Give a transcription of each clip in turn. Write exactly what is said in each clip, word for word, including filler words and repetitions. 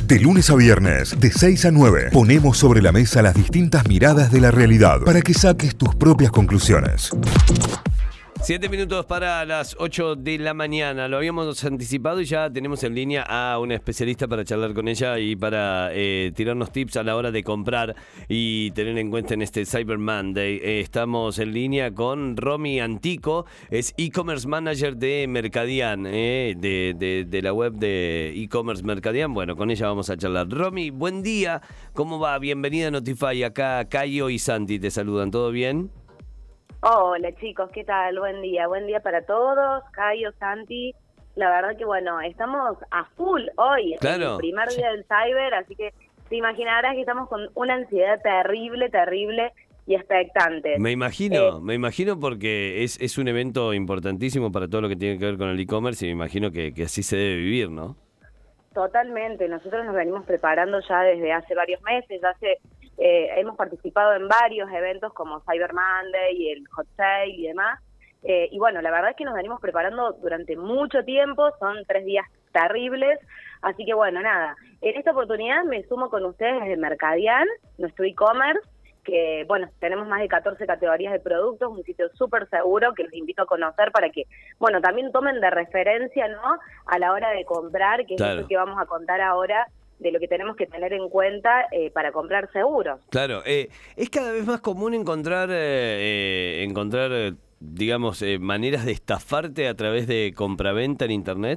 De lunes a viernes, de seis a nueve, ponemos sobre la mesa las distintas miradas de la realidad para que saques tus propias conclusiones. Siete minutos para las ocho de la mañana. Lo habíamos anticipado y ya tenemos en línea a una especialista para charlar con ella y para eh, tirarnos tips a la hora de comprar y tener en cuenta en este Cyber Monday. Eh, estamos en línea con Romy Antico, es e-commerce manager de Mercadian, eh, de, de, de la web de e-commerce Mercadian. Bueno, con ella vamos a charlar. Romy, buen día. ¿Cómo va? Bienvenida a Notify. Acá Cayo y Santi te saludan. ¿Todo bien? Hola chicos, ¿qué tal? Buen día, buen día para todos, Cayo, Santi. La verdad que bueno, estamos a full hoy, claro. El primer día del Cyber, así que te imaginarás que estamos con una ansiedad terrible, terrible y expectante. Me imagino, eh, me imagino porque es, es un evento importantísimo para todo lo que tiene que ver con el e-commerce y me imagino que, que así se debe vivir, ¿no? Totalmente, nosotros nos venimos preparando ya desde hace varios meses, hace... Eh, hemos participado en varios eventos como Cyber Monday y el Hot Sale y demás. Eh, y bueno, la verdad es que nos venimos preparando durante mucho tiempo, son tres días terribles. Así que bueno, nada, en esta oportunidad me sumo con ustedes desde Mercadian, nuestro e-commerce, que bueno, tenemos más de catorce categorías de productos, un sitio súper seguro que los invito a conocer para que, bueno, también tomen de referencia, ¿no?, a la hora de comprar, que claro. es lo que vamos a contar ahora, de lo que tenemos que tener en cuenta eh, para comprar seguros. Claro, eh, es cada vez más común encontrar, eh, encontrar eh, digamos, eh, maneras de estafarte a través de compraventa en Internet.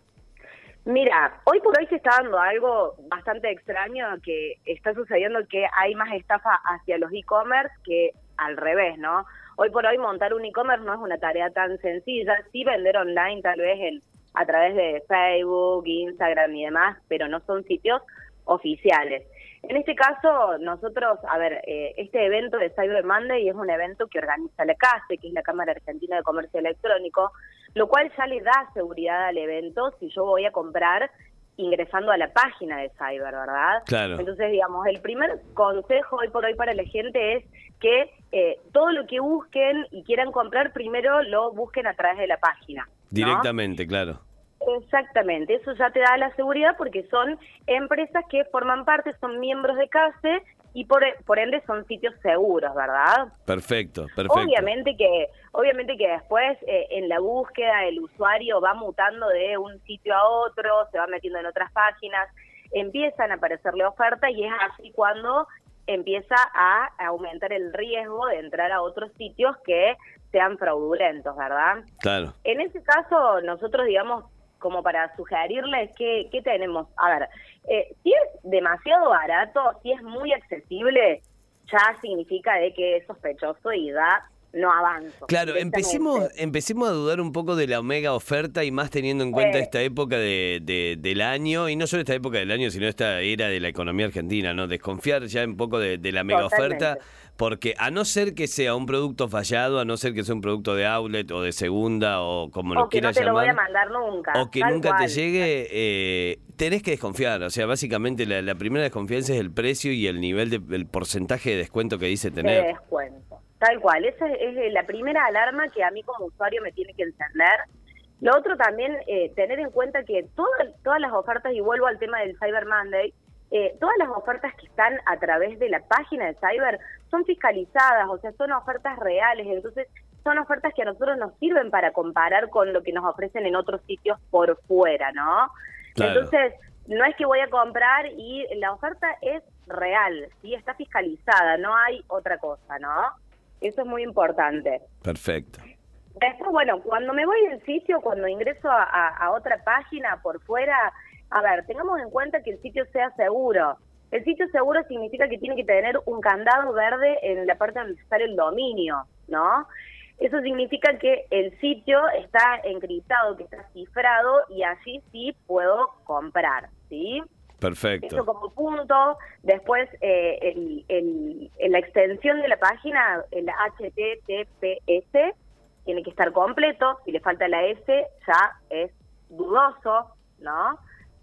Mira, hoy por hoy se está dando algo bastante extraño, que está sucediendo que hay más estafa hacia los e-commerce que al revés, ¿no? Hoy por hoy montar un e-commerce no es una tarea tan sencilla, sí vender online tal vez en a través de Facebook, Instagram y demás, pero no son sitios oficiales. En este caso, nosotros, a ver, eh, este evento de Cyber Monday es un evento que organiza la C A S E, que es la Cámara Argentina de Comercio Electrónico, lo cual ya le da seguridad al evento si yo voy a comprar ingresando a la página de Cyber, ¿verdad? Claro. Entonces, digamos, el primer consejo hoy por hoy para la gente es que eh, todo lo que busquen y quieran comprar, primero lo busquen a través de la página, ¿no? Directamente, claro. Exactamente, eso ya te da la seguridad porque son empresas que forman parte, son miembros de C A S E y por, por ende son sitios seguros, ¿verdad? Perfecto, perfecto. Obviamente que, obviamente que después eh, en la búsqueda el usuario va mutando de un sitio a otro, se va metiendo en otras páginas, empiezan a aparecerle ofertas y es así cuando empieza a aumentar el riesgo de entrar a otros sitios que sean fraudulentos, ¿verdad? Claro. En ese caso, nosotros, digamos, como para sugerirles que, que tenemos, a ver, eh, si es demasiado barato, si es muy accesible, ya significa de que es sospechoso y da no avanzo. Claro, empecemos, empecemos a dudar un poco de la mega oferta y más teniendo en cuenta eh, esta época de, de, del año, y no solo esta época del año, sino esta era de la economía argentina, ¿no? Desconfiar ya un poco de, de la mega oferta, porque a no ser que sea un producto fallado, a no ser que sea un producto de outlet o de segunda o como lo quieras llamar, o que no te lo voy a mandar nunca, o que nunca cual. te llegue, eh, tenés que desconfiar. O sea, básicamente la, la primera desconfianza es el precio y el nivel de, el porcentaje de descuento que dice tener. De descuento. Tal cual, esa es la primera alarma que a mí como usuario me tiene que encender. Lo otro también, eh, tener en cuenta que todas, todas las ofertas, y vuelvo al tema del Cyber Monday, eh, todas las ofertas que están a través de la página de Cyber son fiscalizadas, o sea, son ofertas reales, entonces son ofertas que a nosotros nos sirven para comparar con lo que nos ofrecen en otros sitios por fuera, ¿no? Claro. Entonces, no es que voy a comprar y la oferta es real, ¿sí? Está fiscalizada, no hay otra cosa, ¿no? Eso es muy importante. Perfecto. Después, bueno, cuando me voy del sitio, cuando ingreso a, a, a otra página por fuera, a ver, tengamos en cuenta que el sitio sea seguro. El sitio seguro significa que tiene que tener un candado verde en la parte donde está el dominio, ¿no? Eso significa que el sitio está encriptado, que está cifrado y allí sí puedo comprar, ¿sí? Perfecto. Eso como punto. Después, eh, el, el, en la extensión de la página, el H T T P S, tiene que estar completo. Si le falta la S, ya es dudoso, ¿no?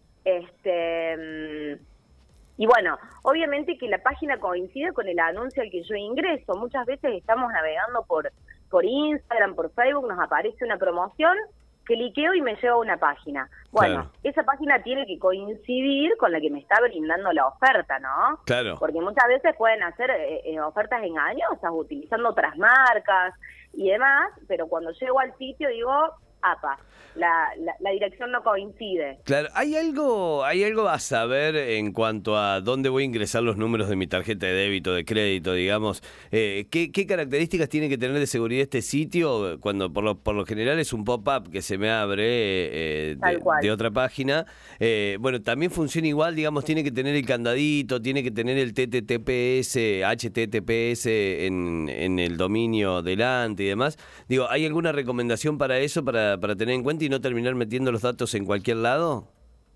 Este... Y bueno, obviamente que la página coincide con el anuncio al que yo ingreso. Muchas veces estamos navegando por, por Instagram, por Facebook, nos aparece una promoción cliqueo y me lleva a una página. Bueno, Claro. esa página tiene que coincidir con la que me está brindando la oferta, ¿no? Claro. Porque muchas veces pueden hacer eh, eh, ofertas engañosas, utilizando otras marcas y demás, pero cuando llego al sitio digo, apa, la, la, la dirección no coincide. Claro, ¿hay algo, hay algo a saber en cuanto a dónde voy a ingresar los números de mi tarjeta de débito, de crédito, digamos? Eh, ¿qué, ¿Qué características tiene que tener de seguridad este sitio? Cuando por lo, por lo general es un pop-up que se me abre eh, Tal de, cual. de otra página. Eh, bueno, también funciona igual, digamos, tiene que tener el candadito, tiene que tener el T T T P S, H T T P S en, en el dominio delante y demás. Digo, ¿hay alguna recomendación para eso, para, para tener en cuenta y no terminar metiendo los datos en cualquier lado?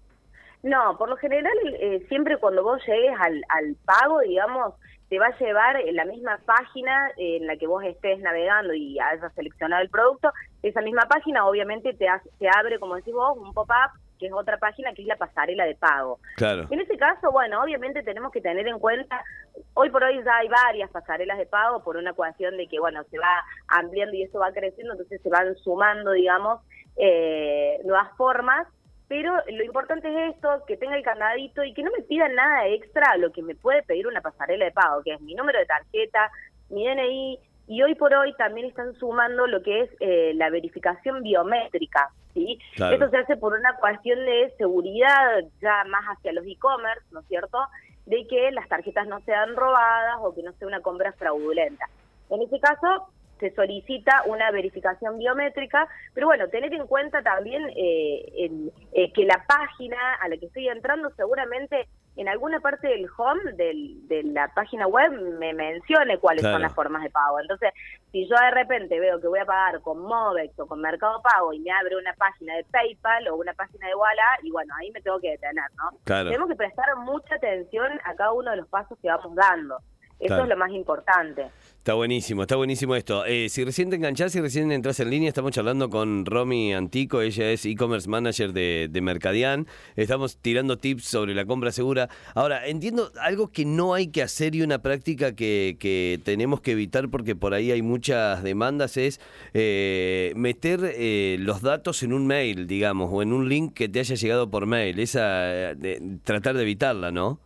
No, por lo general, eh, siempre cuando vos llegues al, al pago, digamos, te va a llevar en la misma página en la que vos estés navegando y hayas seleccionado el producto. Esa misma página obviamente te, hace, te abre, como decís vos, un pop-up, que es otra página que es la pasarela de pago. Claro. En ese caso, bueno, obviamente tenemos que tener en cuenta, hoy por hoy ya hay varias pasarelas de pago por una ecuación de que, bueno, se va ampliando y eso va creciendo, entonces se van sumando, digamos, eh, nuevas formas, pero lo importante es esto, que tenga el candadito y que no me pidan nada extra a lo que me puede pedir una pasarela de pago, que es mi número de tarjeta, mi D N I, y hoy por hoy también están sumando lo que es eh, la verificación biométrica, ¿sí? Claro. Esto se hace por una cuestión de seguridad ya más hacia los e-commerce, ¿no es cierto?, de que las tarjetas no sean robadas o que no sea una compra fraudulenta. En ese caso, se solicita una verificación biométrica, pero bueno, tener en cuenta también eh, el, eh, que la página a la que estoy entrando seguramente en alguna parte del home del, de la página web me mencione cuáles Claro. son las formas de pago. Entonces, si yo de repente veo que voy a pagar con Movex o con Mercado Pago y me abre una página de PayPal o una página de Walla, y bueno, ahí me tengo que detener, ¿no? Claro. Tenemos que prestar mucha atención a cada uno de los pasos que vamos dando. Eso Claro. es lo más importante. Está buenísimo, está buenísimo esto. Eh, si recién te enganchás, si recién entras en línea, estamos charlando con Romy Antico, ella es e-commerce manager de, de Mercadian. Estamos tirando tips sobre la compra segura. Ahora, entiendo algo que no hay que hacer y una práctica que, que tenemos que evitar porque por ahí hay muchas demandas es eh, meter eh, los datos en un mail, digamos, o en un link que te haya llegado por mail. Esa, eh, de, tratar de evitarla, ¿no?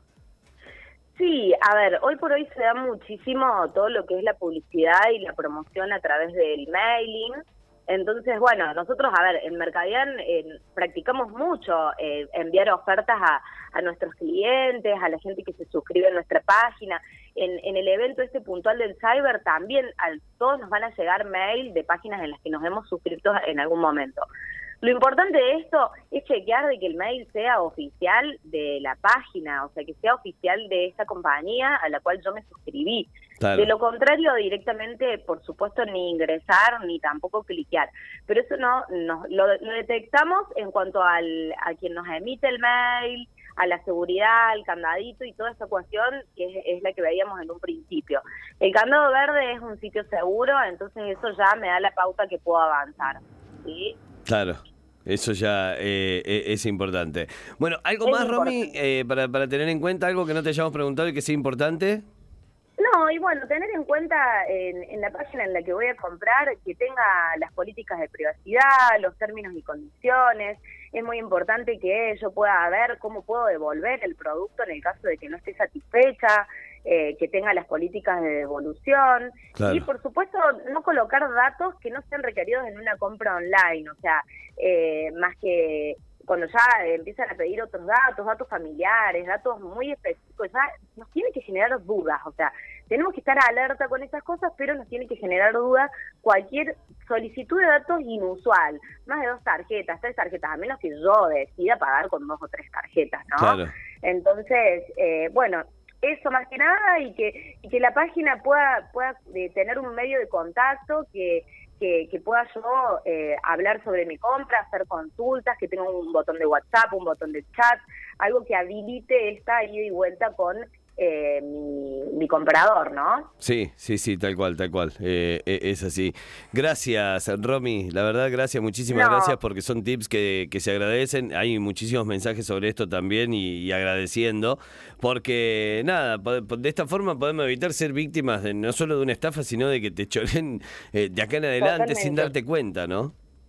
Sí, a ver, hoy por hoy se da muchísimo todo lo que es la publicidad y la promoción a través del mailing. Entonces, bueno, nosotros, a ver, en Mercadian eh, practicamos mucho eh, enviar ofertas a, a nuestros clientes, a la gente que se suscribe a nuestra página. En, en el evento este puntual del Cyber también a todos nos van a llegar mail de páginas en las que nos hemos suscrito en algún momento. Lo importante de esto es chequear de que el mail sea oficial de la página, o sea, que sea oficial de esta compañía a la cual yo me suscribí. Claro. De lo contrario, directamente, por supuesto, ni ingresar ni tampoco cliquear. Pero eso no, no lo, lo detectamos en cuanto al, a quien nos emite el mail, a la seguridad, al candadito y toda esa cuestión que es, es la que veíamos en un principio. El candado verde es un sitio seguro, entonces eso ya me da la pauta que puedo avanzar, ¿sí? Claro. Eso ya eh, es importante. Bueno, ¿algo Es más, Romy, importante. eh, para, para tener en cuenta? ¿Algo que no te hayamos preguntado y que sea importante? No, y bueno, tener en cuenta en, en la página en la que voy a comprar que tenga las políticas de privacidad, los términos y condiciones. Es muy importante que yo pueda ver cómo puedo devolver el producto en el caso de que no esté satisfecha, eh, que tenga las políticas de devolución. Claro. Y, por supuesto, no colocar datos que no sean requeridos en una compra online. O sea, eh, más que cuando ya empiezan a pedir otros datos, datos familiares, datos muy específicos, ya nos tiene que generar dudas. O sea, tenemos que estar alerta con esas cosas, pero nos tiene que generar dudas cualquier solicitud de datos inusual. Más de dos tarjetas, tres tarjetas, a menos que yo decida pagar con dos o tres tarjetas, ¿no? Claro. Entonces, eh, bueno, eso más que nada, y que, y que la página pueda, pueda eh, tener un medio de contacto que... Que, que pueda yo eh, hablar sobre mi compra, hacer consultas, que tenga un botón de WhatsApp, un botón de chat, algo que habilite esta ida y vuelta con eh, mi, mi comprador, ¿no? Sí, sí, sí, tal cual, tal cual. Eh, eh, es así. Gracias, Romy. La verdad, gracias, muchísimas No. gracias porque son tips que, que se agradecen. Hay muchísimos mensajes sobre esto también y, y agradeciendo. Porque, nada, po- de esta forma podemos evitar ser víctimas de, no solo de una estafa, sino de que te choren eh, de acá en adelante sin Totalmente. darte cuenta, ¿no?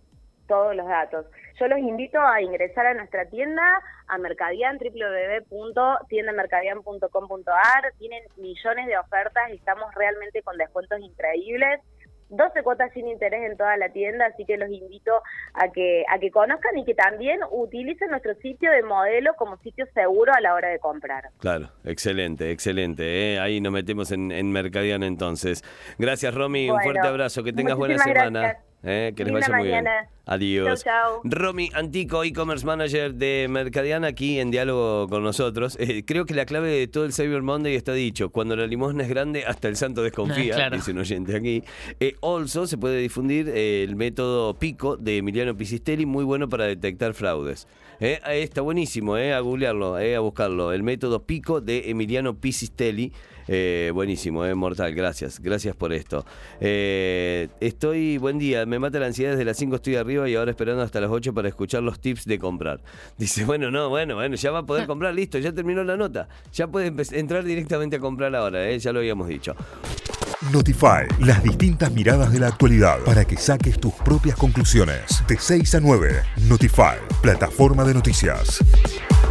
todos los datos. Yo los invito a ingresar a nuestra tienda, a Mercadian, w w w punto tienda mercadian punto com punto a r. Tienen millones de ofertas y estamos realmente con descuentos increíbles. doce cuotas sin interés en toda la tienda, así que los invito a que a que conozcan y que también utilicen nuestro sitio de modelo como sitio seguro a la hora de comprar. Claro, excelente, excelente. ¿eh? Ahí nos metemos en, en Mercadian entonces. Gracias, Romy, Bueno, un fuerte abrazo, que tengas buena semana. Gracias. Eh, que les Linda vaya muy mañana. bien. Adiós. Chau, chau. Romy Antico, e-commerce manager de Mercadian, aquí en diálogo con nosotros. Eh, creo que la clave de todo el Cyber Monday está dicho: cuando la limosna es grande, hasta el santo desconfía, Ah, claro. dice un oyente aquí. Eh, also, se puede difundir eh, el método Pico de Emiliano Pisistelli, muy bueno para detectar fraudes. Eh, eh, está buenísimo, eh, a googlearlo, eh, a buscarlo. El método Pico de Emiliano Pisistelli. Eh, buenísimo, eh, mortal, gracias, gracias por esto. Eh, estoy, buen día, me mata la ansiedad, desde las cinco estoy arriba y ahora esperando hasta las ocho para escuchar los tips de comprar. Dice, bueno, no, bueno, bueno, ya va a poder comprar, listo, ya terminó la nota, ya puede entrar directamente a comprar ahora, eh, ya lo habíamos dicho. Notify, las distintas miradas de la actualidad para que saques tus propias conclusiones. De seis a nueve, Notify, plataforma de noticias.